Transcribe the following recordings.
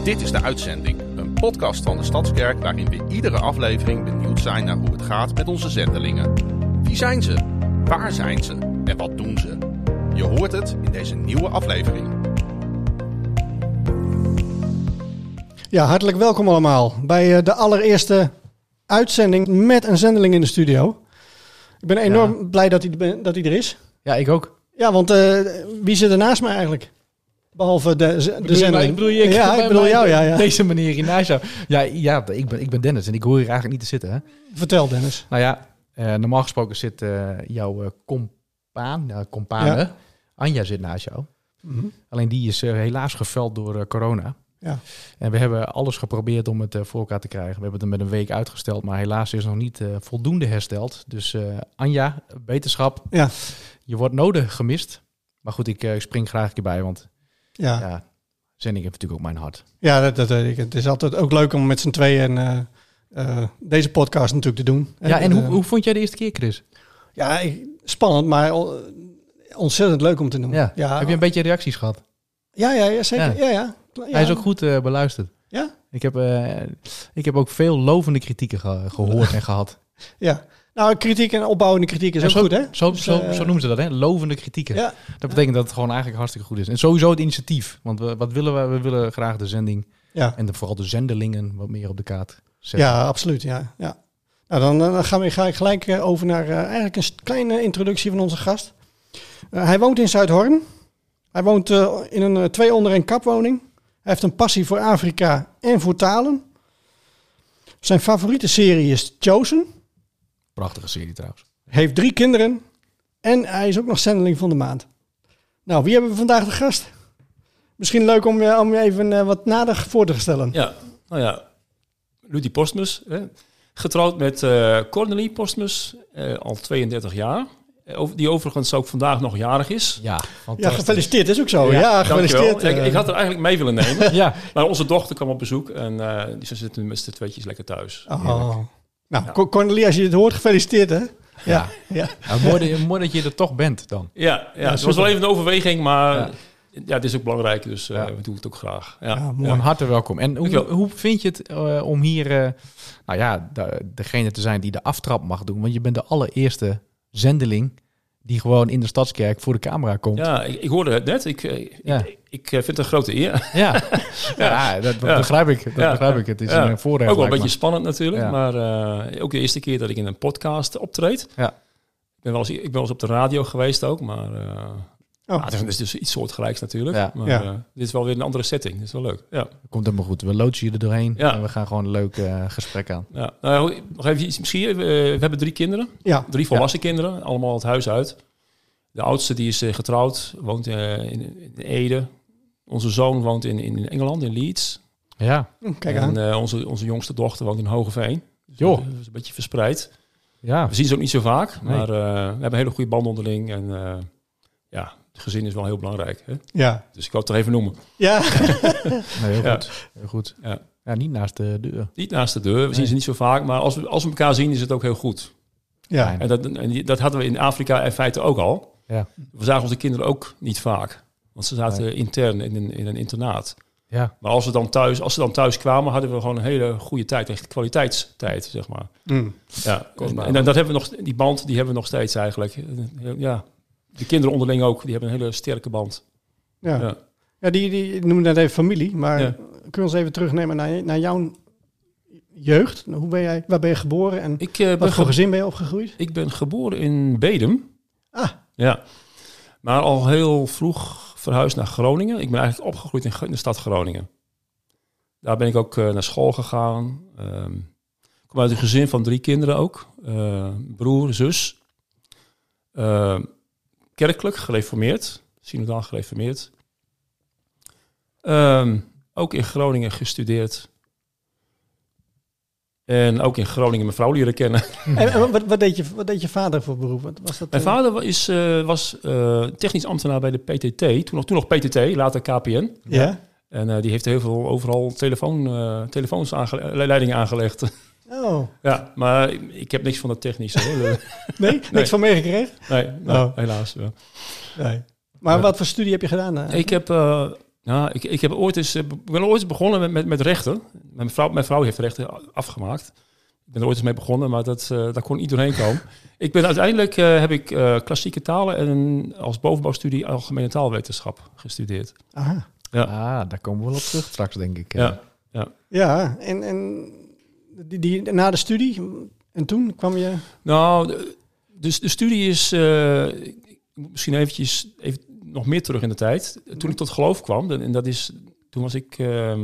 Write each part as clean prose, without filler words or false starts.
Dit is de uitzending, een podcast van de Stadskerk waarin we iedere aflevering benieuwd zijn naar hoe het gaat met onze zendelingen. Wie zijn ze? Waar zijn ze? En wat doen ze? Je hoort het in deze nieuwe aflevering. Ja, hartelijk welkom allemaal bij de allereerste uitzending met een zendeling in de studio. Ik ben enorm blij dat hij er is. Ja, ik ook. Ja, want wie zit er naast mij eigenlijk? Behalve de zendeling. Ik bedoel jou, ja. Deze meneer hier naast jou. Ja, ik ben Dennis en ik hoor hier eigenlijk niet te zitten. Hè? Vertel, Dennis. Nou ja, normaal gesproken zit jouw compaan, Anja zit naast jou. Mm-hmm. Alleen die is helaas geveld door corona. Ja. En we hebben alles geprobeerd om het voor elkaar te krijgen. We hebben het er met een week uitgesteld, maar helaas is nog niet voldoende hersteld. Dus Anja, beterschap. Ja. Je wordt nodig gemist. Maar goed, ik spring graag erbij, want zending heeft natuurlijk ook mijn hart. Ja, dat weet ik. Het is altijd ook leuk om met z'n tweeën deze podcast natuurlijk te doen. Ja, en hoe vond jij de eerste keer, Chris? Ja, spannend, maar ontzettend leuk om te doen. Ja. Ja. Heb je een beetje reacties gehad? Ja, zeker. Ja. Hij is ook goed beluisterd. Ja? Ik heb ook veel lovende kritieken gehoord en gehad. Ja. Nou, kritiek en opbouwende kritiek is ook goed, hè? Zo noemen ze dat, hè? Lovende kritieken. Ja. Dat betekent dat het gewoon eigenlijk hartstikke goed is. En sowieso het initiatief. Want wat willen we? We willen graag de zending en vooral de zendelingen wat meer op de kaart zetten. Ja, absoluut, ja. Nou, dan ga ik gelijk over naar eigenlijk een kleine introductie van onze gast. Hij woont in Zuidhorn. Hij woont in een 2-onder-1 kapwoning. Hij heeft een passie voor Afrika en voor talen. Zijn favoriete serie is Chosen. Prachtige serie trouwens. Heeft 3 kinderen. En hij is ook nog zendeling van de maand. Nou, wie hebben we vandaag de gast? Misschien leuk om je even wat nader voor te stellen. Ja, nou ja. Ludy Postmus. Getrouwd met Cornelie Postmus. Al 32 jaar. Die overigens ook vandaag nog jarig is. Ja, gefeliciteerd. Is ook zo. Ja, gefeliciteerd. Ik had er eigenlijk mee willen nemen. Maar onze dochter kwam op bezoek. En ze zitten nu met z'n tweetjes lekker thuis. Oh. Nou, Cornelie, als je dit hoort, gefeliciteerd, hè? Ja. Mooi dat je er toch bent dan. Ja, het was wel even een overweging, maar het is ook belangrijk, dus we doen het ook graag. Van harte welkom. En hoe vind je het om hier, degene te zijn die de aftrap mag doen? Want je bent de allereerste zendeling die gewoon in de Stadskerk voor de camera komt. Ja, ik hoorde het net. Ik vind het een grote eer. Dat begrijp ik. Begrijp ik. Het is een voorrecht. Ook wel een beetje spannend natuurlijk. Maar ook de eerste keer dat ik in een podcast optreed. Ja. Ik ben wel eens op de radio geweest ook, maar het is dus iets soortgelijks natuurlijk. Ja. Maar dit is wel weer een andere setting. Dat is wel leuk. Ja. Komt helemaal goed. We loodsen je er doorheen en we gaan gewoon een leuk gesprek aan. Ja. Nou, nog even iets misschien. We hebben 3 kinderen. Ja. 3 volwassen kinderen. Allemaal het huis uit. De oudste die is getrouwd. Woont in Ede. Onze zoon woont in Engeland, in Leeds. Ja. Kijk aan. En onze jongste dochter woont in Hogeveen. Jo. Dat is een beetje verspreid. Ja. We zien ze ook niet zo vaak. Nee. Maar we hebben een hele goede band onderling. En het gezin is wel heel belangrijk. Hè? Ja. Dus ik wou het toch even noemen. Ja. Heel goed. Ja, niet naast de deur. Niet naast de deur. We zien ze niet zo vaak. Maar als we elkaar zien, is het ook heel goed. Ja. En dat hadden we in Afrika in feite ook al. Ja. We zagen onze kinderen ook niet vaak. Want ze zaten intern in een internaat. Ja. Maar als ze dan thuis kwamen, hadden we gewoon een hele goede tijd. Echt kwaliteitstijd, zeg maar. Ja. En dat hebben we nog, die band die hebben we nog steeds eigenlijk. Ja. De kinderen onderling ook, die hebben een hele sterke band. Ja, die noemen dat even familie. Maar kun je ons even terugnemen naar jouw jeugd? Waar ben je geboren en wat voor gezin ben je opgegroeid? Ik ben geboren in Bedum. Ah. Ja. Maar al heel vroeg verhuisd naar Groningen. Ik ben eigenlijk opgegroeid in de stad Groningen. Daar ben ik ook naar school gegaan. Ik kom uit een gezin van 3 kinderen ook. Broer, zus. Kerkelijk, gereformeerd. Synodaal gereformeerd. Ook in Groningen gestudeerd. En ook in Groningen mijn vrouw leren kennen. En wat deed je vader voor beroep? Wat was dat? Mijn vader was technisch ambtenaar bij de PTT. Toen nog PTT, later KPN. Ja. En die heeft heel veel overal telefoonsleidingen aangelegd. Oh. Ja, maar ik heb niks van dat technische. Nee? Niks van meegekregen? Nee, helaas. Ja. Nee. Maar wat voor studie heb je gedaan? Ik heb Nou, ik ben ooit eens begonnen met rechten. Mijn vrouw heeft rechten afgemaakt. Ik ben er ooit eens mee begonnen, maar daar kon niet doorheen komen. Uiteindelijk heb ik klassieke talen en als bovenbouwstudie algemene taalwetenschap gestudeerd. Aha. Ja. Daar komen we wel op terug straks, denk ik. Ja, en die na de studie, en toen kwam je... Nou, de studie is... ik moet misschien even nog meer terug in de tijd. Toen ik tot geloof kwam, en toen was ik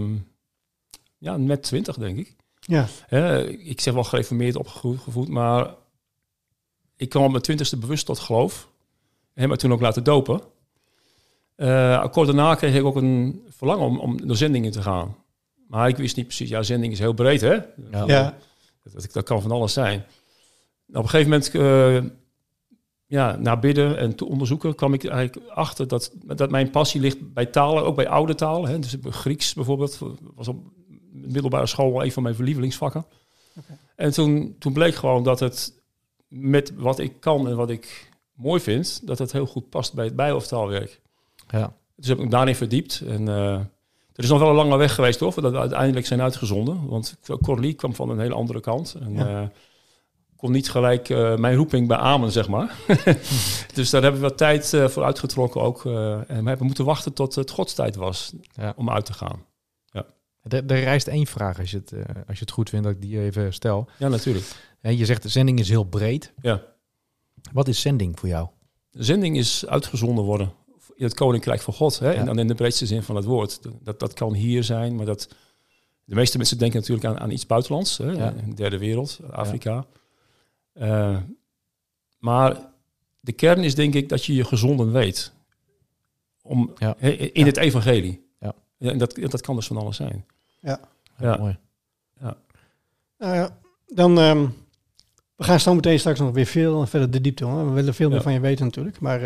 net 20, denk ik. Ja. Ik zeg wel gereformeerd opgevoed, maar ik kwam op mijn 20ste bewust tot geloof. En heb me toen ook laten dopen. Kort daarna kreeg ik ook een verlangen om door zendingen te gaan. Maar ik wist niet precies, zending is heel breed, hè? Ja. Dat kan van alles zijn. Op een gegeven moment, na bidden en te onderzoeken, kwam ik eigenlijk achter dat mijn passie ligt bij talen, ook bij oude talen. Hè? Dus Grieks bijvoorbeeld was op middelbare school wel een van mijn lievelingsvakken. Okay. En toen bleek gewoon dat het met wat ik kan en wat ik mooi vind, dat het heel goed past bij het bij- of taalwerk. Ja. Dus heb ik me daarin verdiept. En er is nog wel een lange weg geweest, hoor, voordat we uiteindelijk zijn uitgezonden. Want Corlie kwam van een hele andere kant. En kon niet gelijk mijn roeping beamen, zeg maar. Dus daar hebben we wat tijd voor uitgetrokken ook. En we hebben moeten wachten tot het godstijd was om uit te gaan. Ja. Er rijst één vraag, als je het goed vindt dat ik die even stel. Ja, natuurlijk. Je zegt de zending is heel breed. Ja. Wat is zending voor jou? De zending is uitgezonden worden in het Koninkrijk van God. Hè? Ja. En dan in de breedste zin van het woord. Dat kan hier zijn, maar de meeste mensen denken natuurlijk aan iets buitenlands. Hè? Ja. In de derde wereld, Afrika. Ja. Maar de kern is denk ik dat je gezonden weet. In het evangelie. Ja. En dat kan dus van alles zijn. Ja. Mooi. Ja. Dan... we gaan zo meteen straks nog weer veel verder de diepte, hoor. We willen veel meer van je weten natuurlijk. Maar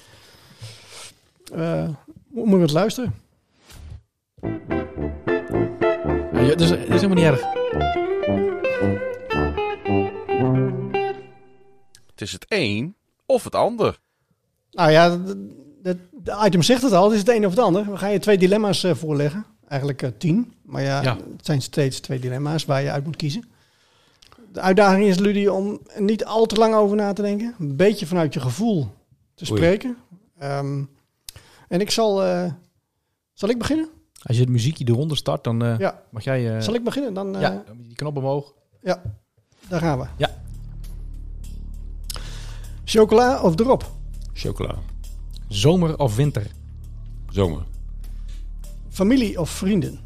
moeten we het luisteren? Dat is helemaal niet erg. Het is het een of het ander. Nou ja, de item zegt het al. Het is het een of het ander. We gaan je 2 dilemma's voorleggen. Eigenlijk 10. Maar het zijn steeds 2 dilemma's waar je uit moet kiezen. De uitdaging is, Ludie, om niet al te lang over na te denken. Een beetje vanuit je gevoel te spreken. En ik zal ik beginnen? Als je het muziekje eronder start, dan mag jij... Zal ik beginnen? Dan die knop omhoog. Ja, daar gaan we. Ja. Chocola of drop? Chocola. Zomer of winter? Zomer. Familie of vrienden?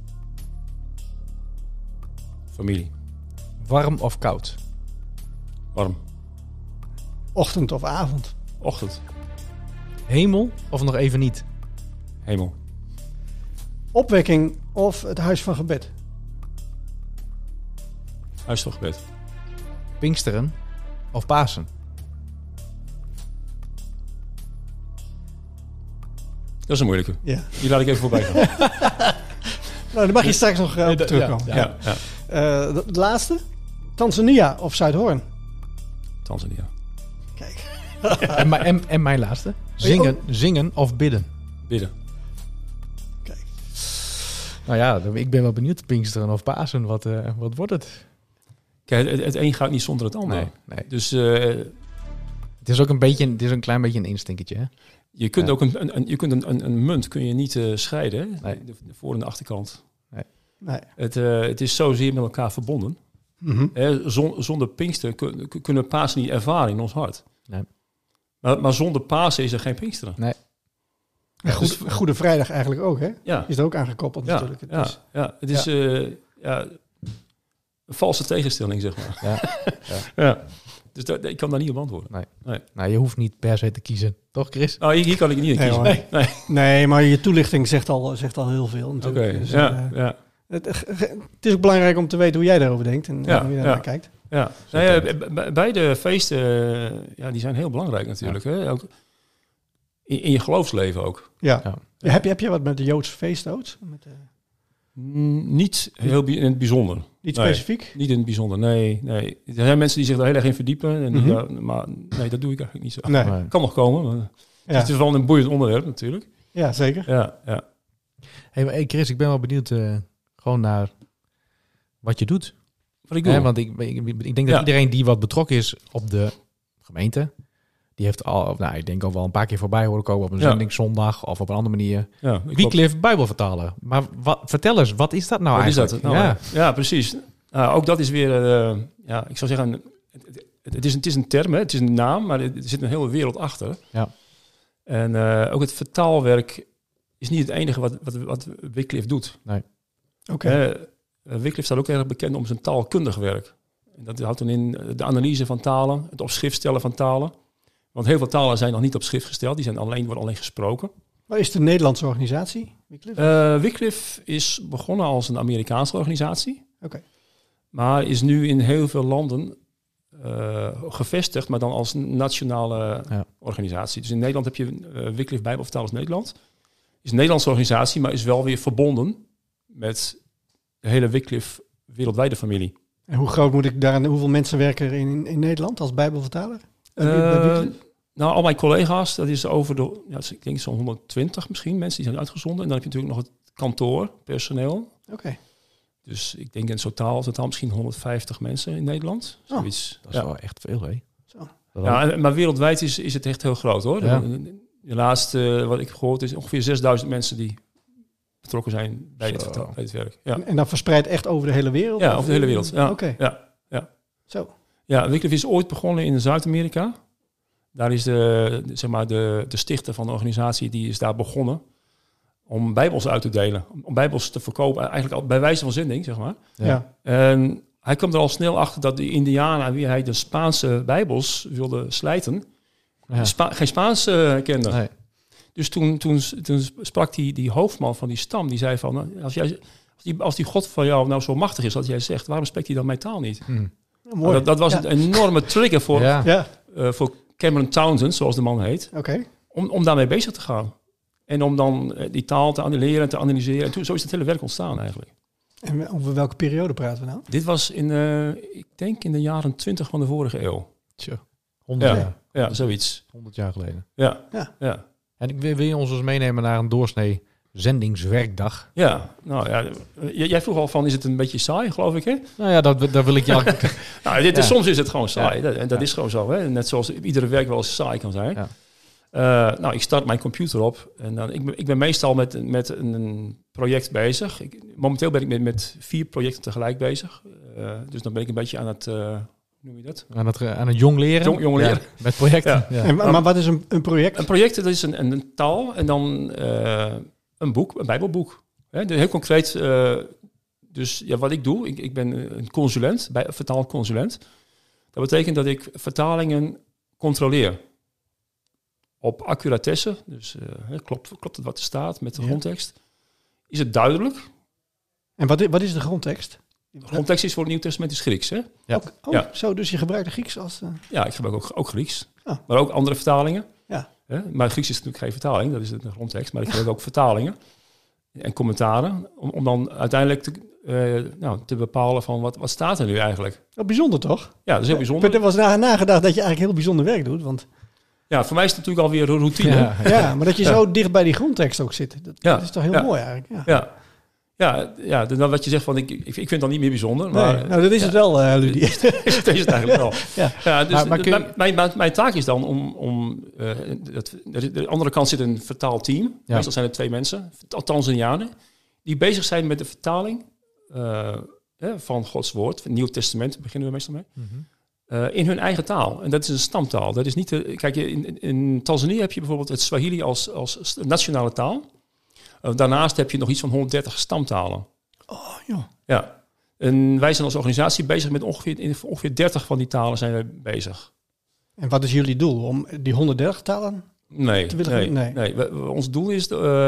Familie. Warm of koud? Warm. Ochtend of avond? Ochtend. Hemel of nog even niet? Hemel. Opwekking of het huis van gebed? Huis van gebed. Pinksteren of Pasen? Dat is een moeilijke. Ja. Die laat ik even voorbij gaan. Nou, daar mag je straks nog op terugkomen. Ja. De laatste? Tanzania of Zuidhoorn? Tanzania. Kijk. en mijn laatste? Zingen of bidden? Bidden. Kijk. Nou ja, ik ben wel benieuwd. Pinksteren of Pasen, wat wordt het? Kijk, het een gaat niet zonder het ander. Nee. Dus... het is ook een klein beetje een instinkertje, hè? Je kunt ook een munt kun je niet scheiden, hè? Nee. De voor- en de achterkant. Nee. Het is zozeer met elkaar verbonden. Mm-hmm. Zonder Pinksteren kunnen we Pasen niet ervaren in ons hart. Nee. Maar zonder Pasen is er geen Pinksteren. Nee. Goede Vrijdag eigenlijk ook, hè? Ja. Is er ook aangekoppeld natuurlijk. Het is een valse tegenstelling, zeg maar. Ja. Dus ik kan daar niet op antwoorden. Nee. Nou, je hoeft niet per se te kiezen. Toch, Chris? Nou, hier kan ik niet in kiezen. Nee, maar je toelichting zegt al heel veel natuurlijk. Oké, dus, het is ook belangrijk om te weten hoe jij daarover denkt en hoe je daarnaar kijkt. Ja. Beide feesten, die zijn heel belangrijk natuurlijk. Hè? Ook in je geloofsleven ook. Ja. Heb je wat met de Joodse feestdood? Niet heel in het bijzonder. Niet specifiek? Niet in het bijzonder, nee. Er zijn mensen die zich daar heel erg in verdiepen. En maar nee, dat doe ik eigenlijk niet zo. Nee. Kan nog komen. Maar het is wel een boeiend onderwerp natuurlijk. Ja, zeker. Ja. Hey Chris, ik ben wel benieuwd gewoon naar wat je doet. Wat ik doe? Want ik denk dat iedereen die wat betrokken is op de gemeente, die heeft al, ik denk ook wel een paar keer voorbij horen komen op een zendingszondag of op een andere manier. Ja, Wycliffe Bijbel vertalen. Maar vertel eens, wat is dat nou eigenlijk? Is dat? Ja, precies. Ook dat is weer, ik zou zeggen, het is een term, hè? Het is een naam, maar er zit een hele wereld achter. Ja. En ook het vertaalwerk is niet het enige wat Wycliffe doet. Nee. Oké. Wycliffe staat ook erg bekend om zijn taalkundig werk. En dat houdt dan in de analyse van talen, het op schrift stellen van talen. Want heel veel talen zijn nog niet op schrift gesteld, die worden alleen gesproken. Maar is het een Nederlandse organisatie, Wycliffe? Wycliffe is begonnen als een Amerikaanse organisatie. Oké. Maar is nu in heel veel landen gevestigd, maar dan als nationale organisatie. Dus in Nederland heb je Wycliffe Bijbelvertalers Nederland. Is een Nederlandse organisatie, maar is wel weer verbonden met de hele Wycliffe wereldwijde familie. En hoe groot moet ik daar, hoeveel mensen werken er in Nederland als Bijbelvertaler? Al mijn collega's, dat is over ik denk zo'n 120 misschien mensen die zijn uitgezonden. En dan heb je natuurlijk nog het kantoor, personeel. Oké. Dus ik denk in totaal misschien 150 mensen in Nederland. Zoiets. Dat is wel echt veel, hè? Zo. Ja, maar wereldwijd is het echt heel groot, hoor. Ja. De laatste, wat ik heb gehoord, is ongeveer 6000 mensen die betrokken zijn bij het werk. Ja. En dan verspreid echt over de hele wereld? Ja, over de hele wereld. Ja. Oké. Ja. Zo. Ja, Wycliffe is ooit begonnen in Zuid-Amerika. Daar is de stichter van de organisatie, die is daar begonnen om bijbels uit te delen. Om bijbels te verkopen, eigenlijk al bij wijze van zending, zeg maar. Ja. En hij kwam er al snel achter dat de Indianen aan wie hij de Spaanse bijbels wilde slijten, geen Spaans kende. Nee. Dus toen sprak die hoofdman van die stam, die zei van, als die God van jou nou zo machtig is, dat jij zegt, waarom spreekt hij dan mijn taal niet? Mooi. Dat was een enorme trigger voor Cameron Townsend, zoals de man heet, om daarmee bezig te gaan. En om dan die taal te annuleren en te analyseren. En zo is het hele werk ontstaan eigenlijk. En over welke periode praten we nou? Dit was ik denk in de jaren 20 van de vorige eeuw. Tja, 100 jaar. Ja, zoiets. 100 jaar geleden. Ja. En wil je ons eens meenemen naar een doorsnee zendingswerkdag? Ja, nou ja. Jij vroeg al van, is het een beetje saai, geloof ik, hè? Nou ja, daar wil ik je... Soms is het gewoon saai. En dat is gewoon zo, hè? Net zoals iedere werk wel eens saai kan zijn. Ja. Ik start mijn computer op en dan, ik ben meestal met een project bezig. Momenteel ben ik met 4 projecten tegelijk bezig. Dus dan ben ik een beetje aan het... hoe noem je dat? Aan het jong leren? Jong leren. Met projecten. Ja. Ja. Maar wat is een project? Een project, dat is een taal en dan een boek, een bijbelboek. Heel concreet, dus wat ik doe, ik ben een consulent, vertaalconsulent. Dat betekent dat ik vertalingen controleer. Op accuratesse, dus klopt het wat er staat met de grondtekst? Is het duidelijk? En wat is de grondtekst? De grondtekst is voor het Nieuw Testament is Grieks, hè? Ja. Zo, dus je gebruikt de Grieks als... Ja, ik gebruik ook Grieks. Maar ook andere vertalingen. Ja. Maar Grieks is natuurlijk geen vertaling, dat is de grondtekst. Maar ik gebruik ook vertalingen en commentaren. Om dan uiteindelijk te bepalen van wat staat er nu eigenlijk. Dat bijzonder, toch? Ja, dat is heel bijzonder. Er was nagedacht dat je eigenlijk heel bijzonder werk doet, want... Ja, voor mij is het natuurlijk alweer een routine. Ja, maar dat je zo dicht bij die grondtekst ook zit. Dat is toch heel mooi eigenlijk. Ja, dan wat je zegt van ik vind het dan niet meer bijzonder. Maar, nee, nou, dat is het wel, Ludie. Dat is het eigenlijk wel. Dus mijn taak is dan om de andere kant zit een vertaalteam. Ja. Meestal zijn er 2 mensen, Tanzanianen, die bezig zijn met de vertaling van Gods woord. Het Nieuw Testament beginnen we meestal mee. Mm-hmm. In hun eigen taal. En dat is een stamtaal. Dat is niet kijk, in Tanzania heb je bijvoorbeeld het Swahili als nationale taal. Daarnaast heb je nog iets van 130 stamtalen. Oh, joh. Ja. En wij zijn als organisatie bezig met ongeveer 30 van die talen zijn we bezig. En wat is jullie doel? Om die 130 talen te willen? Nee. Ons doel is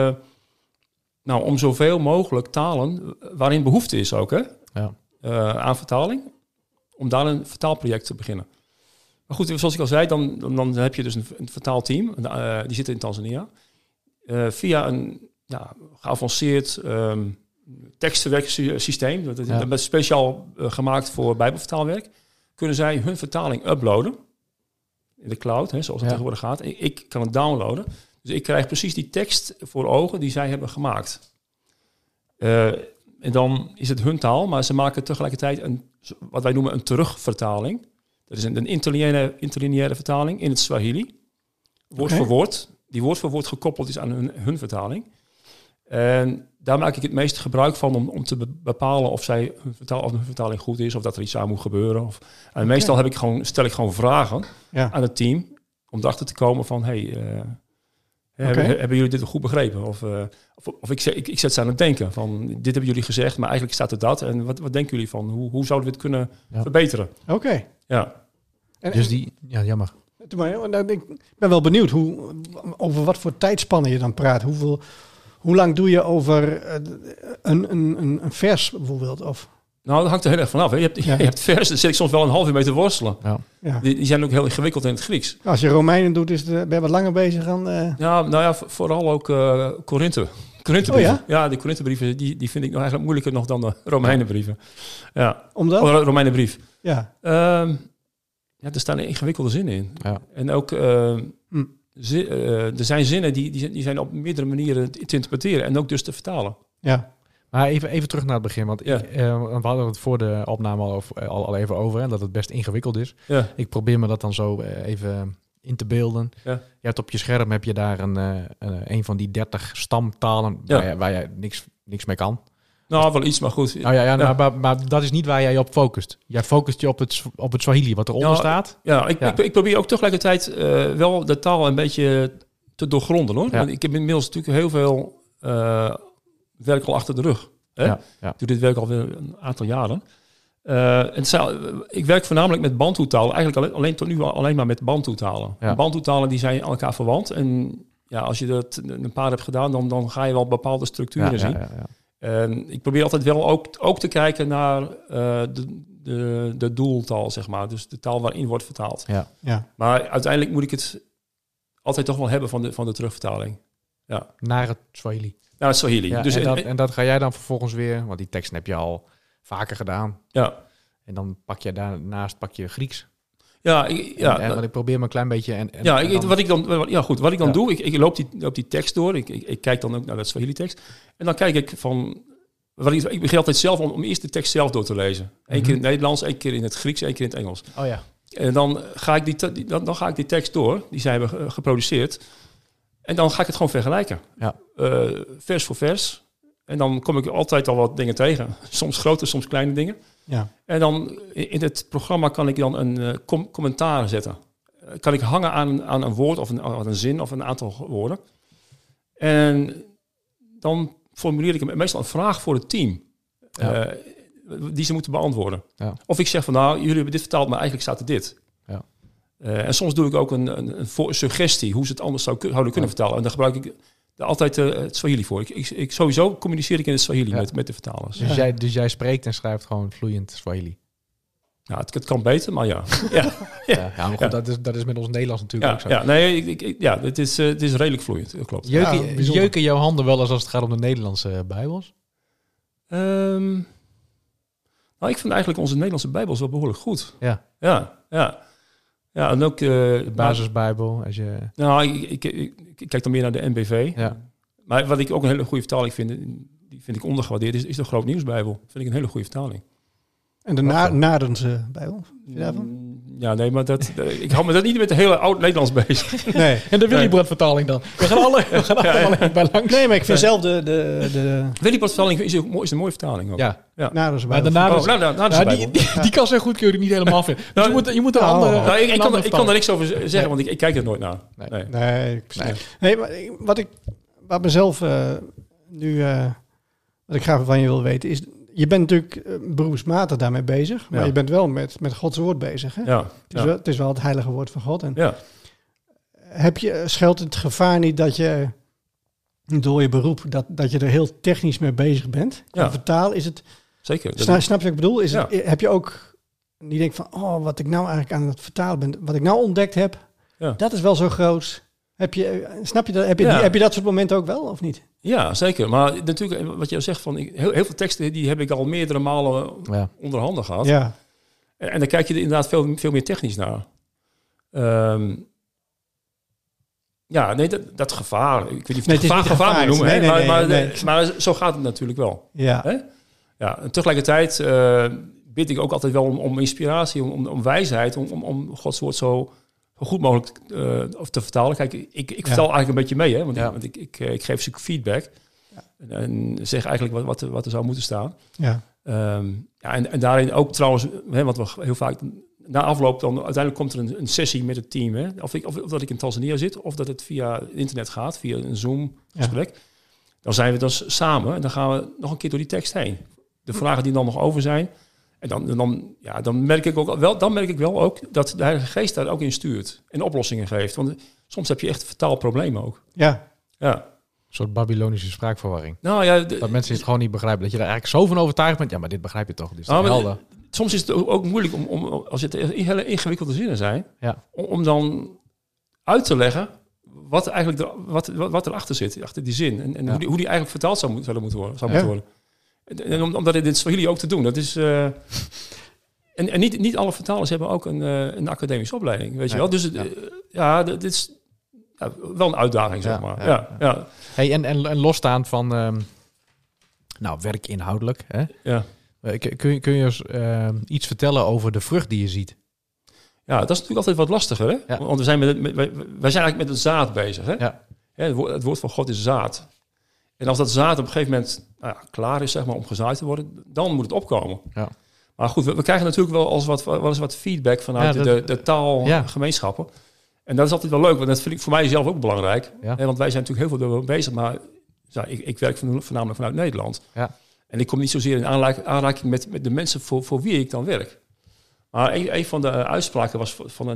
om zoveel mogelijk talen, waarin behoefte is ook, aan vertaling, om daar een vertaalproject te beginnen. Maar goed, zoals ik al zei, dan heb je dus een vertaalteam. Die zit in Tanzania. Via een geavanceerd tekstenwerksysteem, dat is speciaal gemaakt voor bijbelvertaalwerk, kunnen zij hun vertaling uploaden in de cloud, zoals het tegenwoordig gaat. Ik kan het downloaden. Dus ik krijg precies die tekst voor ogen die zij hebben gemaakt. En dan is het hun taal, maar ze maken tegelijkertijd wat wij noemen een terugvertaling. Dat is een interlineaire vertaling in het Swahili. Woord voor woord. Die woord voor woord gekoppeld is aan hun vertaling. En daar maak ik het meeste gebruik van om te bepalen of hun vertaling goed is, of dat er iets aan moet gebeuren. En meestal stel ik gewoon vragen aan het team om erachter te komen van, hebben jullie dit goed begrepen? Of ik zet ze aan het denken van, dit hebben jullie gezegd, maar eigenlijk staat er dat. En wat denken jullie van, hoe zouden we het kunnen verbeteren? Oké. Ja. Dus jammer. Ik ben wel benieuwd over wat voor tijdspannen je dan praat. Hoe lang doe je over een vers bijvoorbeeld? Of? Nou, dat hangt er heel erg vanaf. Je hebt vers, daar zit ik soms wel een half uur mee te worstelen. Ja. Die zijn ook heel ingewikkeld in het Grieks. Als je Romeinen doet, ben je wat langer bezig dan... Vooral ook Korinthe. Ja, die Korinthe-brieven, die vind ik nog eigenlijk moeilijker nog dan de Romeinenbrieven. Ja. Omdat? Romeinenbrief. Ja. Er staan ingewikkelde zinnen in. Ja. En ook... er zijn zinnen die zijn op meerdere manieren te interpreteren en ook dus te vertalen. Ja. Maar even terug naar het begin, want we hadden het voor de opname al even over, en dat het best ingewikkeld is. Ja. Ik probeer me dat dan zo even in te beelden. Ja. Je hebt op je scherm heb je daar een van die 30 stamtalen waar je niks mee kan. Nou, wel iets, maar goed. Maar dat is niet waar jij je op focust. Jij focust je op het Swahili, wat eronder staat. Ja, ik probeer ook tegelijkertijd wel de taal een beetje te doorgronden, hoor. Ja. Want ik heb inmiddels natuurlijk heel veel werk al achter de rug. Hè? Ja. Ik doe dit werk alweer een aantal jaren. Ik werk voornamelijk met Bantu-talen. Eigenlijk alleen maar met Bantu-talen. Ja. Bantu-talen die zijn elkaar verwant. En als je dat een paar hebt gedaan, dan ga je wel bepaalde structuren zien. Ja. En ik probeer altijd wel ook te kijken naar de doeltaal, zeg maar. Dus de taal waarin wordt vertaald. Ja. Maar uiteindelijk moet ik het altijd toch wel hebben van de terugvertaling. Ja. Naar het Swahili. Naar het Swahili. Ja, dus en dat ga jij dan vervolgens weer... Want die teksten heb je al vaker gedaan. Ja. En dan pak je daarnaast Grieks. Want ik probeer me een klein beetje... Wat ik dan doe, ik loop die tekst door. Ik kijk dan ook naar dat Swahili-tekst. En dan kijk ik van... Ik begin altijd zelf om eerst de tekst zelf door te lezen. Eén keer in het Nederlands, 1 keer in het Grieks, 1 keer in het Engels. Oh ja. En dan ga ik die tekst door, die zij hebben geproduceerd. En dan ga ik het gewoon vergelijken. Ja. Vers voor vers. En dan kom ik altijd al wat dingen tegen. Soms grote, soms kleine dingen. Ja. En dan in het programma kan ik dan een commentaar zetten. Kan ik hangen aan een woord of een zin of een aantal woorden. En dan formuleer ik meestal een vraag voor het team. Ja. Die ze moeten beantwoorden. Ja. Of ik zeg van jullie hebben dit vertaald, maar eigenlijk staat er dit. Ja. En soms doe ik ook een suggestie hoe ze het anders zouden kunnen vertalen. En dan gebruik ik altijd het Swahili voor. Ik sowieso communiceer ik in het Swahili met de vertalers. Dus jij spreekt en schrijft gewoon vloeiend Swahili? Ja, het kan beter, maar ja. Maar goed, dat is met ons Nederlands natuurlijk ook zo. Ja, nee, het is redelijk vloeiend, dat klopt. Jeuken jouw handen wel eens als het gaat om de Nederlandse Bijbels? Ik vind eigenlijk onze Nederlandse Bijbels wel behoorlijk goed. Ja. Ja, en ook... de basisbijbel. Als je... Nou, ik kijk dan meer naar de NBV. Ja. Maar wat ik ook een hele goede vertaling vind, die vind ik ondergewaardeerd, is de Groot Nieuwsbijbel. Vind ik een hele goede vertaling. En de Nadense Bijbel? Ja, nee, maar ik hou me dat niet met de hele oud-Nederlands bezig. Nee. En de Willibrord-vertaling dan? We gaan allemaal bij langs. Nee, maar ik vind zelf de Willibrord-vertaling is een mooie vertaling ook. Ja. Nadense Bijbel. Die kan zo goed kun je niet helemaal vinden. Dus je moet een andere... Ik kan daar niks over zeggen, want ik kijk er nooit naar. Nee, maar wat mezelf nu... wat ik graag van je wil weten is... Je bent natuurlijk beroepsmatig daarmee bezig, maar je bent wel met Gods woord bezig. Hè? Ja. Het is wel het heilige woord van God. En schuilt het gevaar niet dat je door je beroep, dat je er heel technisch mee bezig bent? Ja. Vertaal is het... Zeker. Snap je wat ik bedoel? Heb je ook die denkt van, wat ik nou eigenlijk aan het vertalen ben, wat ik nou ontdekt heb, dat is wel zo groot. Snap je dat? Heb je dat soort momenten ook wel, of niet? Ja, zeker. Maar natuurlijk, wat je zegt, van heel veel teksten, die heb ik al meerdere malen onder handen gehad. Ja. En dan kijk je er inderdaad veel meer technisch naar. Ja, nee, dat gevaar. Ik weet niet of het gevaar moet noemen. Maar zo gaat het natuurlijk wel. Ja. Hè? Ja, en tegelijkertijd bid ik ook altijd wel om inspiratie, om wijsheid, om Gods woord zo goed mogelijk te vertalen. Kijk, ik vertel eigenlijk een beetje mee, hè, want ik geef ze feedback en zeg eigenlijk wat er zou moeten staan. Ja. En daarin ook trouwens, wat we heel vaak na afloop dan uiteindelijk komt er een sessie met het team. Hè? Of dat ik in Tanzania zit, of dat het via internet gaat, via een Zoom-gesprek. Ja. Dan zijn we dus samen en dan gaan we nog een keer door die tekst heen. De vragen die dan nog over zijn. En dan merk ik wel ook dat de Heilige Geest daar ook in stuurt en oplossingen geeft. Want soms heb je echt vertaalproblemen ook. Ja. Een soort Babylonische spraakverwarring. Nou ja, dat mensen het gewoon niet begrijpen. Dat je er eigenlijk zo van overtuigd bent. Ja, maar dit begrijp je toch? Dit is toch helder? Soms is het ook moeilijk om als het hele ingewikkelde zinnen zijn, om dan uit te leggen wat eigenlijk wat erachter zit, achter die zin. En hoe die eigenlijk vertaald zou moeten worden. En om dat in dit Swahili ook te doen. Dat is en niet alle vertalers hebben ook een academische opleiding, weet je wel. Dus dit is wel een uitdaging, zeg maar. Ja. Hey, en losstaand van werk inhoudelijk, hè? Ja. Kun je ons iets vertellen over de vrucht die je ziet? Ja, dat is natuurlijk altijd wat lastiger, hè? Ja. Want wij zijn eigenlijk met het zaad bezig, hè? Ja. Het woord van God is zaad. En als dat zaad op een gegeven moment klaar is, zeg maar, om gezaaid te worden, dan moet het opkomen. Ja. Maar goed, we krijgen natuurlijk wel eens wat feedback vanuit de taalgemeenschappen. En dat is altijd wel leuk, want dat vind ik voor mij zelf ook belangrijk. Ja. Want wij zijn natuurlijk heel veel bezig, maar ik werk voornamelijk vanuit Nederland. Ja. En ik kom niet zozeer in aanraking met de mensen voor wie ik dan werk. Maar een van de uitspraken was van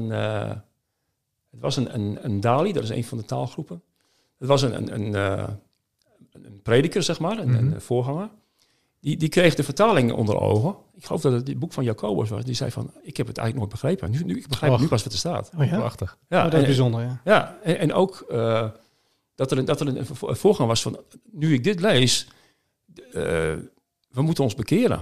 een Dali, dat is een van de taalgroepen. Het was een prediker, zeg maar, een voorganger. Die kreeg de vertaling onder ogen. Ik geloof dat het boek van Jacobus was. Die zei van, ik heb het eigenlijk nooit begrepen. Ik begrijp het nu pas wat er staat. Oh ja? Prachtig. Ja, dat is bijzonder, ja. Ja, en ook dat er een voorganger was van, nu ik dit lees, we moeten ons bekeren.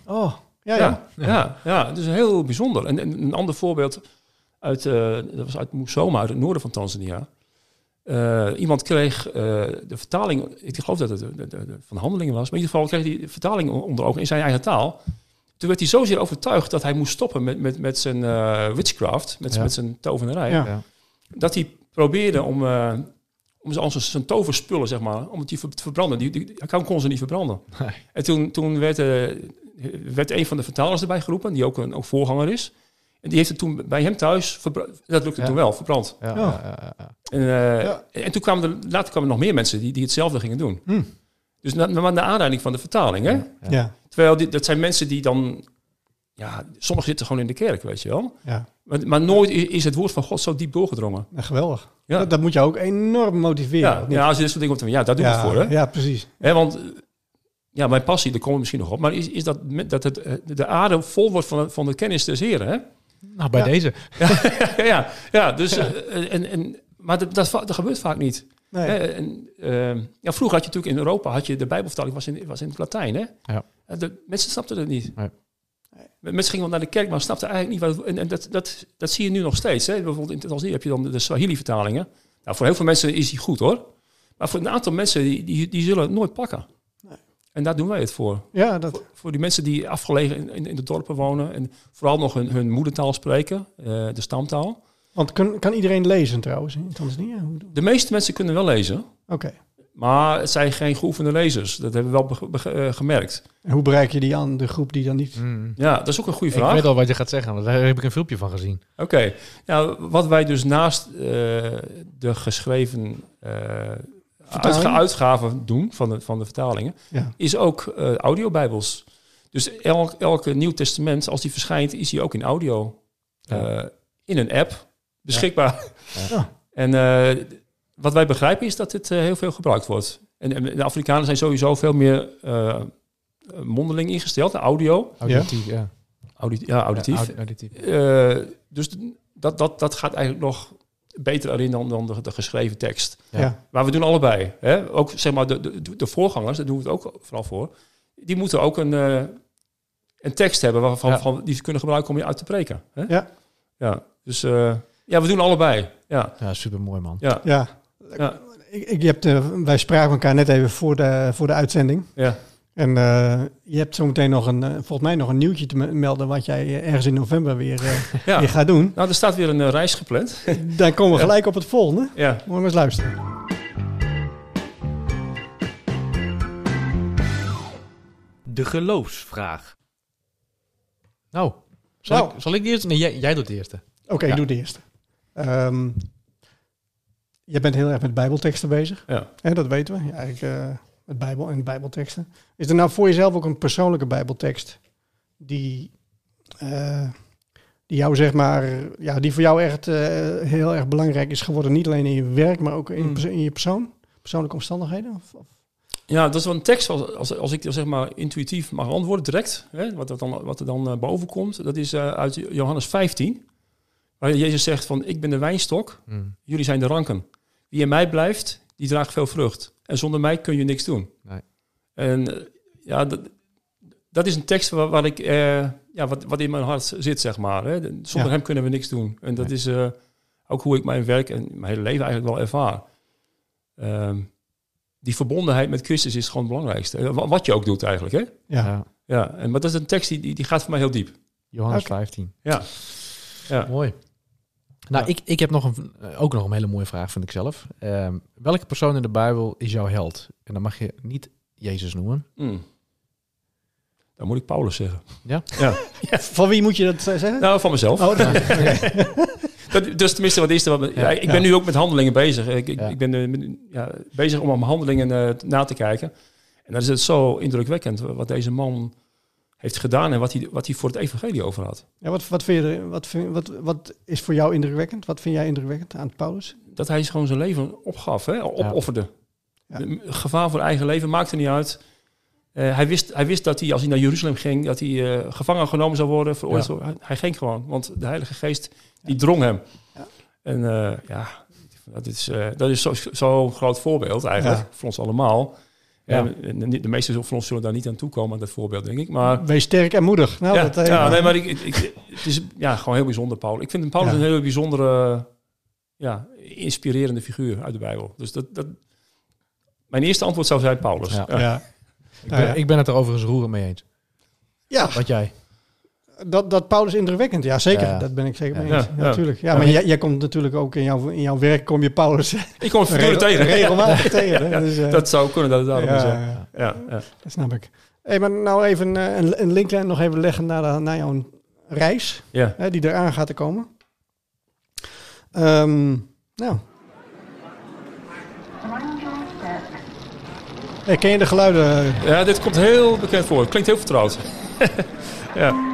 Ja, het is heel bijzonder. En een ander voorbeeld dat was uit Musoma, uit het noorden van Tanzania. Iemand kreeg de vertaling, ik geloof dat het van Handelingen was, maar in ieder geval kreeg hij de vertaling onder ogen in zijn eigen taal. Toen werd hij zozeer overtuigd dat hij moest stoppen met zijn witchcraft, met zijn tovenarij, dat hij probeerde om zijn toverspullen, zeg maar, om het te verbranden. Hij kon ze niet verbranden. Nee. En toen werd een van de vertalers erbij geroepen, die ook een voorganger is. En die heeft het toen bij hem thuis, dat lukte toen wel, verbrand. En toen later kwamen nog meer mensen die hetzelfde gingen doen. Dus naar aanleiding van de vertaling. Hè? Ja. Terwijl dat zijn mensen die dan, sommigen zitten gewoon in de kerk, weet je wel. Ja. Maar nooit is het woord van God zo diep doorgedrongen. Ja, geweldig. Ja. Dat moet je ook enorm motiveren. Ja, als je dit soort dingen komt, daar doe ik het voor. Hè? Ja, precies. Want mijn passie, daar komen we misschien nog op, maar is dat de aarde vol wordt van de kennis des Heren, hè? Nou, bij deze. Dus, maar dat gebeurt vaak niet. Nee. Vroeger had je natuurlijk in Europa, de Bijbelvertaling was in het Latijn, hè? Ja. De mensen snapten het niet. Nee. Mensen gingen wel naar de kerk, maar snapten eigenlijk niet wat. En dat zie je nu nog steeds. Hè? Bijvoorbeeld in Tanzania heb je dan de Swahili-vertalingen. Nou, voor heel veel mensen is die goed, hoor. Maar voor een aantal mensen, die zullen het nooit pakken. Nee. En daar doen wij het voor. Ja, voor die mensen die afgelegen in de dorpen wonen en vooral nog hun moedertaal spreken, de stamtaal. Want kan iedereen lezen trouwens in Tanzania? De meeste mensen kunnen wel lezen. Oké. Maar het zijn geen geoefende lezers. Dat hebben we wel gemerkt. En hoe bereik je die aan, de groep die dan niet... Ja, dat is ook een goede vraag. Ik weet al wat je gaat zeggen, want daar heb ik een filmpje van gezien. Oké. Nou, wat wij dus naast de geschreven uitgaven doen van de vertalingen, is ook audiobijbels. Dus elke Nieuw Testament, als die verschijnt, is die ook in audio. In een app beschikbaar. Ja. En wat wij begrijpen is dat dit heel veel gebruikt wordt. En de Afrikanen zijn sowieso veel meer mondeling ingesteld, audio. Auditief, ja. Auditief. Dus dat gaat eigenlijk nog beter erin dan de geschreven tekst. Ja. Maar we doen allebei. Hè? Ook zeg maar de voorgangers, daar doen we het ook vooral voor. Die moeten ook een tekst hebben waarvan die ze kunnen gebruiken om je uit te preken. Hè? Ja. Dus we doen allebei. Ja, super mooi, man. Ja. Wij spraken elkaar net even voor de uitzending. Ja. En je hebt zometeen volgens mij nog een nieuwtje te melden wat jij ergens in november weer gaat doen. Nou, er staat weer een reis gepland. Dan komen we gelijk op het volgende. Ja. Moet je maar eens luisteren. De geloofsvraag. Nou, zal ik de eerste? Nee, jij doet de eerste. Oké, ik doe de eerste. Je bent heel erg met bijbelteksten bezig. Ja. Dat weten we. Ja, eigenlijk met Bijbel en bijbelteksten. Is er nou voor jezelf ook een persoonlijke bijbeltekst die jou zeg maar, die voor jou echt heel erg belangrijk is geworden, niet alleen in je werk, maar ook in je persoonlijke omstandigheden? Of? Ja, dat is wel een tekst, als ik zeg maar intuïtief mag antwoorden direct, hè, wat er dan boven komt, dat is uit Johannes 15, waar Jezus zegt van, ik ben de wijnstok, jullie zijn de ranken. Wie in mij blijft, die draagt veel vrucht. En zonder mij kun je niks doen. Nee. En dat is een tekst waar ik, wat in mijn hart zit, zeg maar. Hè. Zonder hem kunnen we niks doen. En dat is ook hoe ik mijn werk en mijn hele leven eigenlijk wel ervaar. Die verbondenheid met Christus is gewoon het belangrijkste. Wat je ook doet eigenlijk, hè? Ja. Maar dat is een tekst die gaat voor mij heel diep. Johannes 15. Ja. Mooi. Nou, ik heb ook nog een hele mooie vraag, vind ik zelf. Welke persoon in de Bijbel is jouw held? En dan mag je niet Jezus noemen. Dan moet ik Paulus zeggen. Ja? Ja. Van wie moet je dat zeggen? Nou, van mezelf. Dus tenminste, wat is er? Ik ben nu ook met handelingen bezig. Ik ben bezig om handelingen na te kijken. En dan is het zo indrukwekkend wat deze man heeft gedaan en wat hij voor het evangelie over had. Ja, wat is voor jou indrukwekkend? Wat vind jij indrukwekkend aan Paulus? Dat hij gewoon zijn leven opgaf, opofferde. Ja. Gevaar voor eigen leven maakte niet uit. Hij wist dat hij, als hij naar Jeruzalem ging, dat hij gevangen genomen zou worden. Hij ging gewoon, want de Heilige Geest die drong hem. Ja. En dat is zo'n groot voorbeeld eigenlijk voor ons allemaal. Ja. De meeste van ons zullen daar niet aan toekomen, aan dat voorbeeld, denk ik. Maar wees sterk en moedig. Nou, maar het is gewoon heel bijzonder, Paulus. Ik vind Paulus een heel bijzondere, inspirerende figuur uit de Bijbel. Dus mijn eerste antwoord zou zijn Paulus. Ik ben het er overigens roerend mee eens. Ja. Wat jij? Dat Paulus indrukwekkend, ja zeker. Ja. Dat ben ik zeker mee eens. Ja, natuurlijk. Ja, maar jij komt natuurlijk ook in jouw werk kom je Paulus. Ik kom hem tegen. Regelmatig tegen. Ja, dus, dat zou kunnen dat het daarom is. Ja. Dat snap ik. Hey, maar nou even een linklijn nog even leggen naar jouw reis. Ja. Die eraan gaat te komen. Hey, ken je de geluiden? Ja, dit komt heel bekend voor. Het klinkt heel vertrouwd. Ja.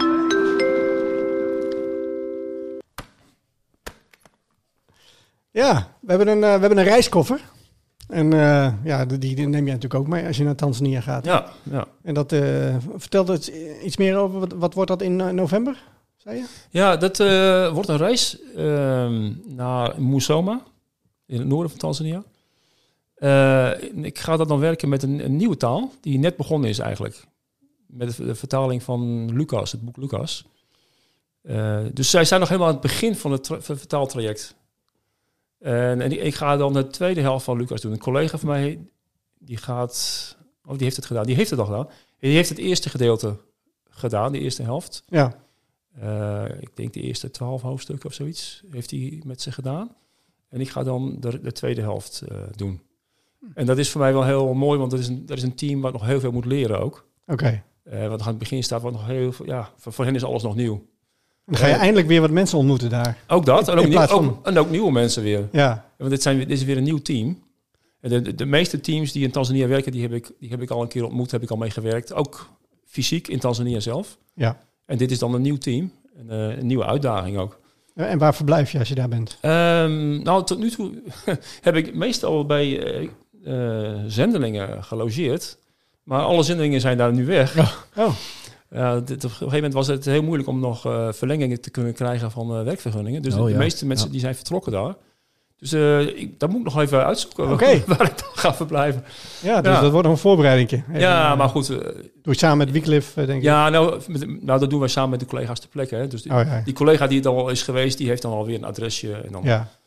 Ja, we hebben een reiskoffer. En die neem je natuurlijk ook mee als je naar Tanzania gaat. Ja. En dat vertelt het iets meer over. Wat wordt dat in november, zei je? Ja, dat wordt een reis naar Musoma, in het noorden van Tanzania. Ik ga dan werken met een nieuwe taal, die net begonnen is eigenlijk. Met de vertaling van Lucas, het boek Lucas. Dus zij zijn nog helemaal aan het begin van het vertaaltraject. En ik ga dan de tweede helft van Lucas doen. Een collega van mij, die heeft het gedaan. Die heeft het al gedaan. Die heeft het eerste gedeelte gedaan, de eerste helft. Ja. Ik denk de eerste 12 hoofdstukken of zoiets heeft hij met ze gedaan. En ik ga dan de tweede helft doen. En dat is voor mij wel heel mooi, want dat is een team wat nog heel veel moet leren ook. Oké. Wat aan het begin staat, wat nog heel veel, voor hen is alles nog nieuw. Dan ga je eindelijk weer wat mensen ontmoeten daar. Ook dat, en ook nieuwe mensen weer. Ja. Want dit is weer een nieuw team. De meeste teams die in Tanzania werken, die heb ik al een keer ontmoet, heb ik al mee gewerkt. Ook fysiek in Tanzania zelf. Ja. En dit is dan een nieuw team, een nieuwe uitdaging ook. En waar verblijf je als je daar bent? Tot nu toe heb ik meestal bij zendelingen gelogeerd. Maar alle zendelingen zijn daar nu weg. Oh. Op een gegeven moment was het heel moeilijk om nog verlengingen te kunnen krijgen van werkvergunningen. Dus de meeste mensen die zijn vertrokken daar. Dus dat moet ik nog even uitzoeken waar ik dan ga verblijven. Ja, dus dat wordt nog een voorbereiding. Ja, maar goed. Doe je samen met Wycliffe, denk ik? Ja, nou, dat doen wij samen met de collega's ter plekke. Hè. Dus die collega die het al is geweest, die heeft dan alweer een adresje. En dan,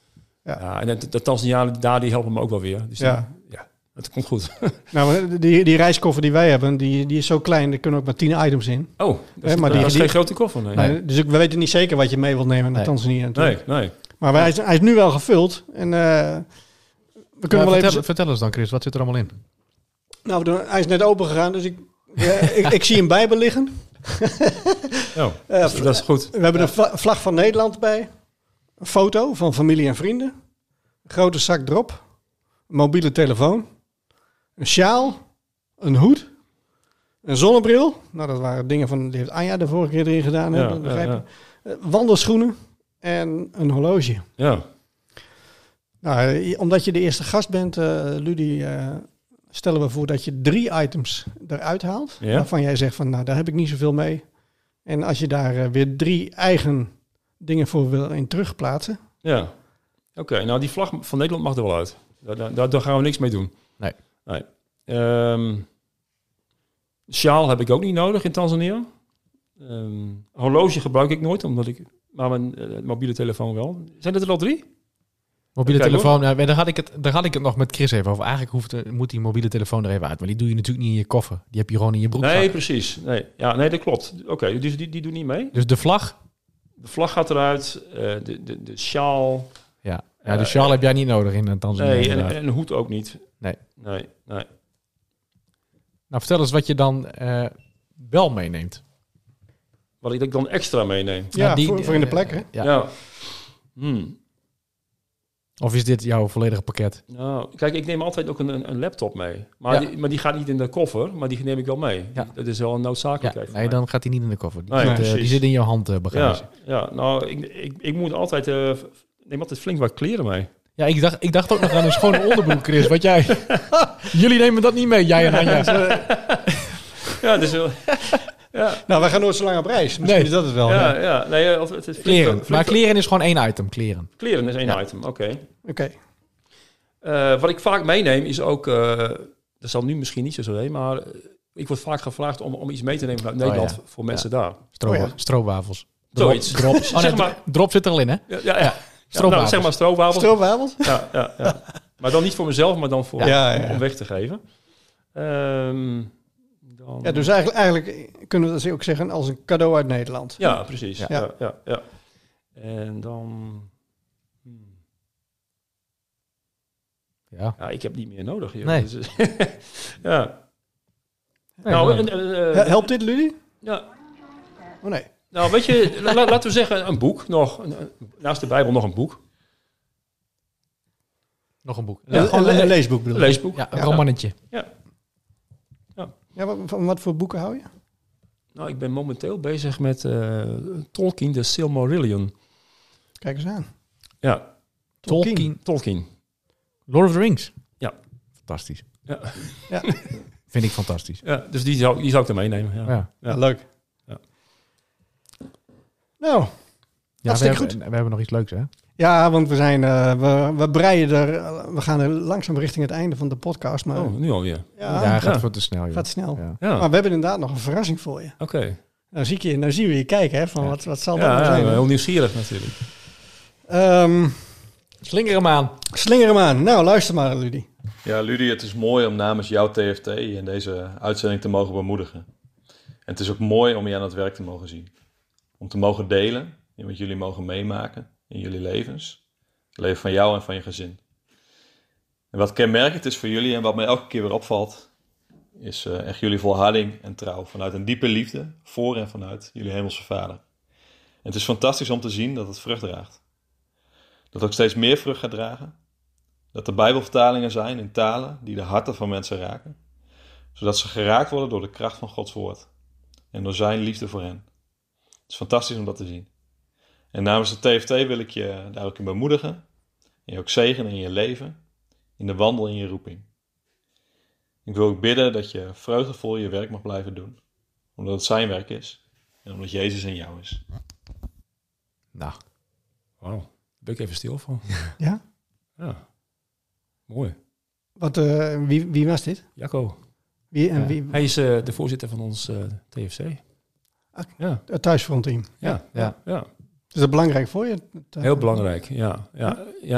Ja, en de Tanzanianen daar, die helpen me ook wel weer. Dus het komt goed. Nou, die reiskoffer die wij hebben, die is zo klein, er kunnen ook maar 10 items in. Oh, dat is geen grote koffer. Nee. Dus we weten niet zeker wat je mee wilt nemen naar Tanzania natuurlijk. Nee. Maar hij is nu wel gevuld. En we kunnen wel even... Vertel eens dan, Chris, wat zit er allemaal in? Nou, hij is net open gegaan, dus ik zie een Bijbel liggen. Dat is goed. We hebben de vlag van Nederland bij. Een foto van familie en vrienden. Een grote zak drop. Een mobiele telefoon. Een sjaal. Een hoed. Een zonnebril. Nou, dat waren dingen die heeft Anja de vorige keer erin gedaan. Wandelschoenen. En een horloge. Ja. Nou, omdat je de eerste gast bent, Ludi, stellen we voor dat je 3 items eruit haalt. Ja? Waarvan jij zegt van, nou, daar heb ik niet zoveel mee. En als je daar weer 3 eigen dingen voor wil in terugplaatsen. Ja. Oké, nou die vlag van Nederland mag er wel uit. Daar gaan we niks mee doen. Nee. Sjaal heb ik ook niet nodig in Tanzania. Horloge gebruik ik nooit, maar mijn mobiele telefoon wel. Zijn er al 3? Mobiele telefoon, daar had ik het nog met Chris even over. Eigenlijk moet die mobiele telefoon er even uit. Maar die doe je natuurlijk niet in je koffer. Die heb je gewoon in je broekzak. Nee, precies. Nee, dat klopt. Oké, dus die doet niet mee. Dus de vlag? De vlag gaat eruit. De sjaal. Ja, de sjaal heb jij niet nodig in Tanzania. Nee, en een hoed ook niet. Nee. Nou, vertel eens wat je dan wel meeneemt. Wat ik dan extra meeneem. Ja, voor in de plek, hè? Ja. Of is dit jouw volledige pakket? Nou, kijk, ik neem altijd ook een laptop mee. Maar die gaat niet in de koffer, maar die neem ik wel mee. Ja. Dat is wel een noodzakelijkheid. Ja, nee, dan gaat hij niet in de koffer. Die zit in je handbagage. Ja, nou, ik moet altijd... neem altijd flink wat kleren mee. Ja, ik dacht ook nog aan een schone onderbroek, Chris. Wat jij... Jullie nemen dat niet mee, jij en Anja. Ja, dus... Ja. Nou, wij gaan nooit zo lang op reis. Misschien is dat het wel. Ja. Nee, het is kleren. Maar kleren is gewoon 1 item. Kleren is 1 item, oké. Oké. Wat ik vaak meeneem is ook... dat zal nu misschien niet zo zijn, maar... ik word vaak gevraagd om iets mee te nemen vanuit Nederland voor mensen daar. Stroopwafels. Zoiets. Drop zit er al in, hè? Ja. Nou, zeg maar stroopwafels. Stroopwafels? Ja. Maar dan niet voor mezelf, maar dan voor om weg te geven. Ja, dus eigenlijk kunnen we dat ook zeggen als een cadeau uit Nederland. Ja, precies. Ja. En dan... Ja, ik heb niet meer nodig hier. Nee. Dus, ja. Nou, helpt dit, Ludi? Ja. Oh nee. Nou, weet je, laten we zeggen een boek nog. Naast de Bijbel nog een boek. Nog een boek. Ja, een leesboek bedoel je? Een leesboek. Ja, een romannetje. Ja, wat voor boeken hou je? Nou, ik ben momenteel bezig met Tolkien, de Silmarillion. Kijk eens aan. Ja. Tolkien. Lord of the Rings. Ja. Fantastisch. Ja. Vind ik fantastisch. Ja, dus die zou ik er meenemen. Ja, leuk. Ja. Nou, hartstikke goed. We hebben nog iets leuks, hè? Ja, want we zijn, we breien we gaan er langzaam richting het einde van de podcast. Maar, nu alweer. Ja, gaat veel te snel. Joh. Gaat snel. Ja. Maar we hebben inderdaad nog een verrassing voor je. Oké. Nou zien we je kijken, hè, van wat zal dat nou zijn. Ja, heel nieuwsgierig natuurlijk. Slinger hem aan. Slinger hem aan. Nou, luister maar, Ludi. Ja, Ludi, het is mooi om namens jouw TFT in deze uitzending te mogen bemoedigen. En het is ook mooi om je aan het werk te mogen zien. Om te mogen delen in wat jullie mogen meemaken in jullie levens. Het leven van jou en van je gezin. En wat kenmerkend is voor jullie en wat mij elke keer weer opvalt, is echt jullie volharding en trouw vanuit een diepe liefde voor en vanuit jullie hemelse Vader. En het is fantastisch om te zien dat het vrucht draagt. Dat het ook steeds meer vrucht gaat dragen. Dat er Bijbelvertalingen zijn in talen die de harten van mensen raken. Zodat ze geraakt worden door de kracht van Gods woord. En door zijn liefde voor hen. Het is fantastisch om dat te zien. En namens de TFT wil ik je daar ook in bemoedigen. En je ook zegenen in je leven. In de wandel in je roeping. Ik wil ook bidden dat je vreugdevol je werk mag blijven doen. Omdat het zijn werk is. En omdat Jezus in jou is. Nou. Wauw. Daar ben ik even stil van. Ja? Ja. Mooi. Wie was dit? Jacco. Wie? Hij is de voorzitter van ons TFC. Het thuisfrontteam. Ja. Is dat belangrijk voor je? Heel belangrijk, ja.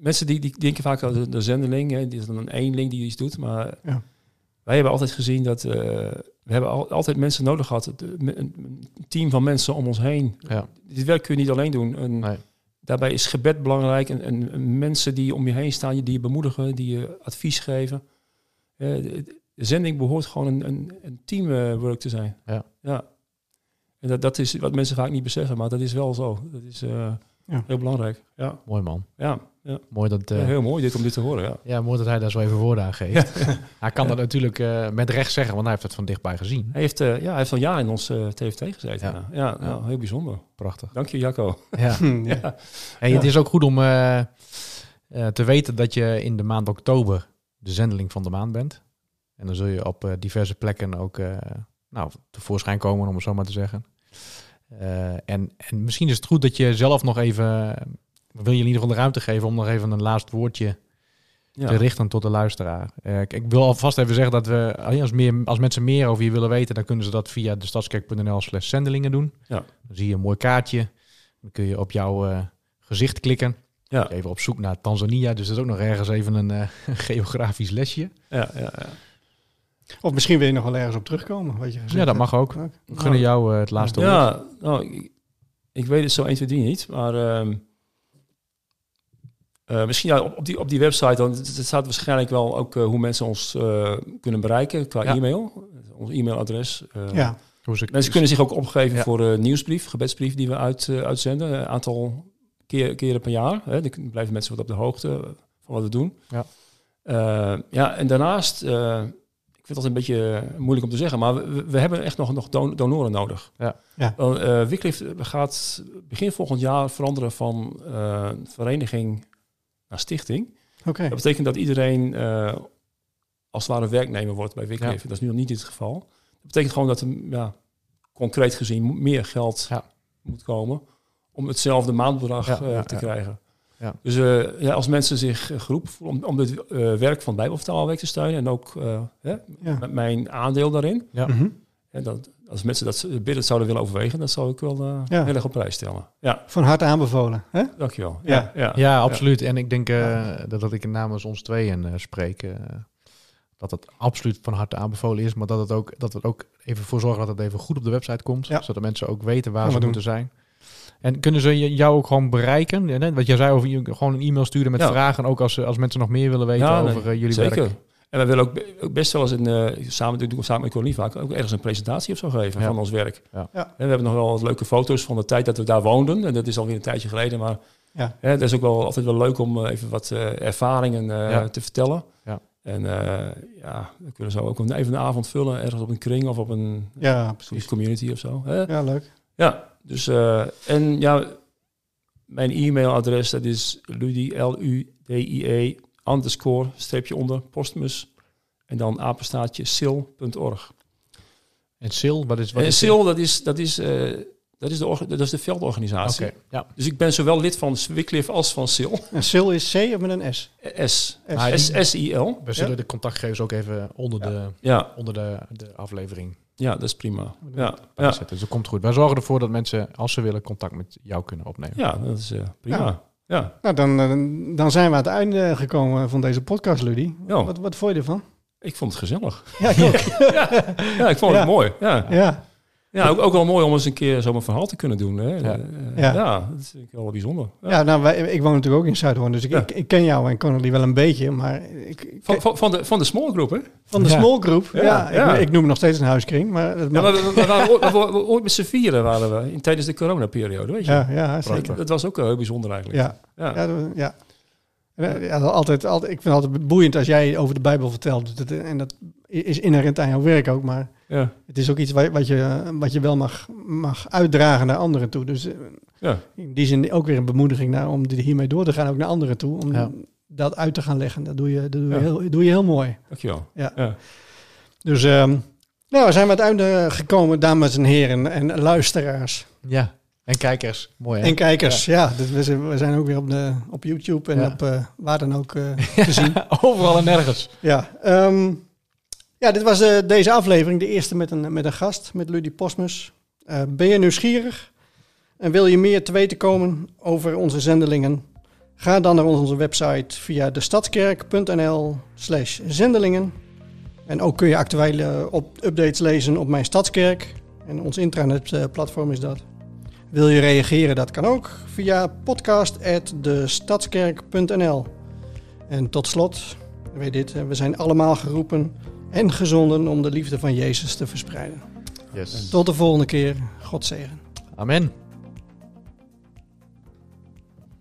mensen die denken vaak aan de zendeling, hè, die is dan een eenling die iets doet. Maar wij hebben altijd gezien dat we hebben altijd mensen nodig gehad. Een team van mensen om ons heen. Ja. Dit werk kun je niet alleen doen. Daarbij is gebed belangrijk. En mensen die om je heen staan, die je bemoedigen, die je advies geven. De zending behoort gewoon een teamwork te zijn. Ja. En dat is wat mensen vaak niet beseffen, maar dat is wel zo. Dat is heel belangrijk. Ja. Mooi man. Ja. Mooi dat, heel mooi om dit te horen. Ja, mooi dat hij daar zo even woorden aan geeft. Hij kan dat natuurlijk met recht zeggen, want hij heeft het van dichtbij gezien. Hij heeft al jaren in ons TFT gezeten. Ja, heel bijzonder. Prachtig. Dank je, Jacco. Ja. Hey, het is ook goed om te weten dat je in de maand oktober de zendeling van de maand bent. En dan zul je op diverse plekken ook tevoorschijn komen, om het zo maar te zeggen. En misschien is het goed dat je zelf nog even... wil je in ieder geval de ruimte geven om nog even een laatst woordje te richten tot de luisteraar. Ik wil alvast even zeggen dat we, als mensen meer over je willen weten, dan kunnen ze dat via destadskerk.nl/zendelingen doen. Ja. Dan zie je een mooi kaartje. Dan kun je op jouw gezicht klikken. Ja. Even op zoek naar Tanzania, dus dat is ook nog ergens even een geografisch lesje. Ja. Of misschien wil je nog wel ergens op terugkomen. Wat je gezegd ja, dat mag ook. We gunnen jou het laatste woord. Ja, ik weet het zo 1, 2, 3 niet, maar... misschien op die website, dan staat waarschijnlijk wel ook hoe mensen ons kunnen bereiken qua e-mail. Ons e-mailadres. Mensen kunnen zich ook opgeven voor een nieuwsbrief, gebedsbrief die we uitzenden. Een aantal keren per jaar. Hè. Dan blijven mensen wat op de hoogte van wat we doen. Ja, en daarnaast, ik vind dat een beetje moeilijk om te zeggen, maar we hebben echt nog donoren nodig. Wycliffe gaat begin volgend jaar veranderen van vereniging naar stichting. Okay. Dat betekent dat iedereen als het ware werknemer wordt bij Wycliffe. Dat is nu nog niet het geval. Dat betekent gewoon dat er concreet gezien meer geld moet komen om hetzelfde maandbedrag te krijgen. Ja. Dus als mensen zich geroepen voelen om het werk van Bijbelvertaalweek te steunen en ook met mijn aandeel daarin. Ja. Als mensen dat bidden zouden willen overwegen, dat zou ik wel heel erg op prijs stellen. Ja. Van harte aanbevolen. Hè? Dankjewel. Ja, absoluut. En ik denk dat ik namens ons tweeën spreek. Dat het absoluut van harte aanbevolen is. Maar dat we ook even voor zorgen dat het even goed op de website komt. Ja. Zodat mensen ook weten waar ze moeten zijn. En kunnen ze jou ook gewoon bereiken? Wat jij zei over gewoon een e-mail sturen met vragen. Ook als mensen nog meer willen weten over jullie zeker. werk. En we willen ook best wel eens samen met Corrie vaak ook ergens een presentatie of zo geven van ons werk. Ja. En we hebben nog wel wat leuke foto's van de tijd dat we daar woonden. En dat is alweer een tijdje geleden. Maar dat is ook wel altijd wel leuk om even wat ervaringen te vertellen. Ja. En we kunnen zo ook even een avond vullen ergens op een kring of op een community of zo. Ja, leuk. Ja, dus mijn e-mailadres dat is ludie, __ Postmus en dan _sil.org. En sil, wat is sil? Dat is de veldorganisatie. Okay, ja. Dus ik ben zowel lid van Wycliffe als van sil. En sil is C of met een S? S-I-L. We zullen de contactgegevens ook even onder de aflevering. Ja, dat is prima. Zetten. Dus dat komt goed. Wij zorgen ervoor dat mensen, als ze willen, contact met jou kunnen opnemen. Ja, dat is prima. Ja. Nou, dan zijn we aan het einde gekomen van deze podcast, Ludie. Ja. Wat vond je ervan? Ik vond het gezellig. Ja, ik ook. Ik vond het mooi. Ja, ook wel mooi om eens een keer zo'n verhaal te kunnen doen. Hè. Dat is wel bijzonder. Ik woon natuurlijk ook in Zuidhoorn, dus ik ken jou en Connolly wel een beetje, maar... Van de small group, hè? Van de small group, Ik noem nog steeds een huiskring, maar... we ooit met z'n vieren waren we tijdens de coronaperiode, weet je? Ja, zeker. Dat was ook heel bijzonder eigenlijk. Ja, altijd, ik vind het altijd boeiend als jij over de Bijbel vertelt. En dat is inherent aan jouw werk ook, maar het is ook iets wat je wel mag uitdragen naar anderen toe. Dus in die zin ook weer een bemoediging om hiermee door te gaan, ook naar anderen toe. Om dat uit te gaan leggen. Dat doe je heel mooi. Dankjewel. Ja. Dus we zijn met einde gekomen, dames en heren en luisteraars. Ja. En kijkers, mooi hè? En kijkers, Dus we zijn ook weer op YouTube en op waar dan ook te zien. Overal en nergens. Dit was deze aflevering, de eerste met een gast, met Ludie Postmus. Ben je nieuwsgierig en wil je meer te weten komen over onze zendelingen? Ga dan naar onze website via destadskerk.nl/zendelingen. En ook kun je actuele updates lezen op Mijn Stadskerk. En ons intranetplatform is dat. Wil je reageren? Dat kan ook via podcast@destadskerk.nl. En tot slot, weet dit, we zijn allemaal geroepen en gezonden om de liefde van Jezus te verspreiden. Yes. Tot de volgende keer. God zegen. Amen.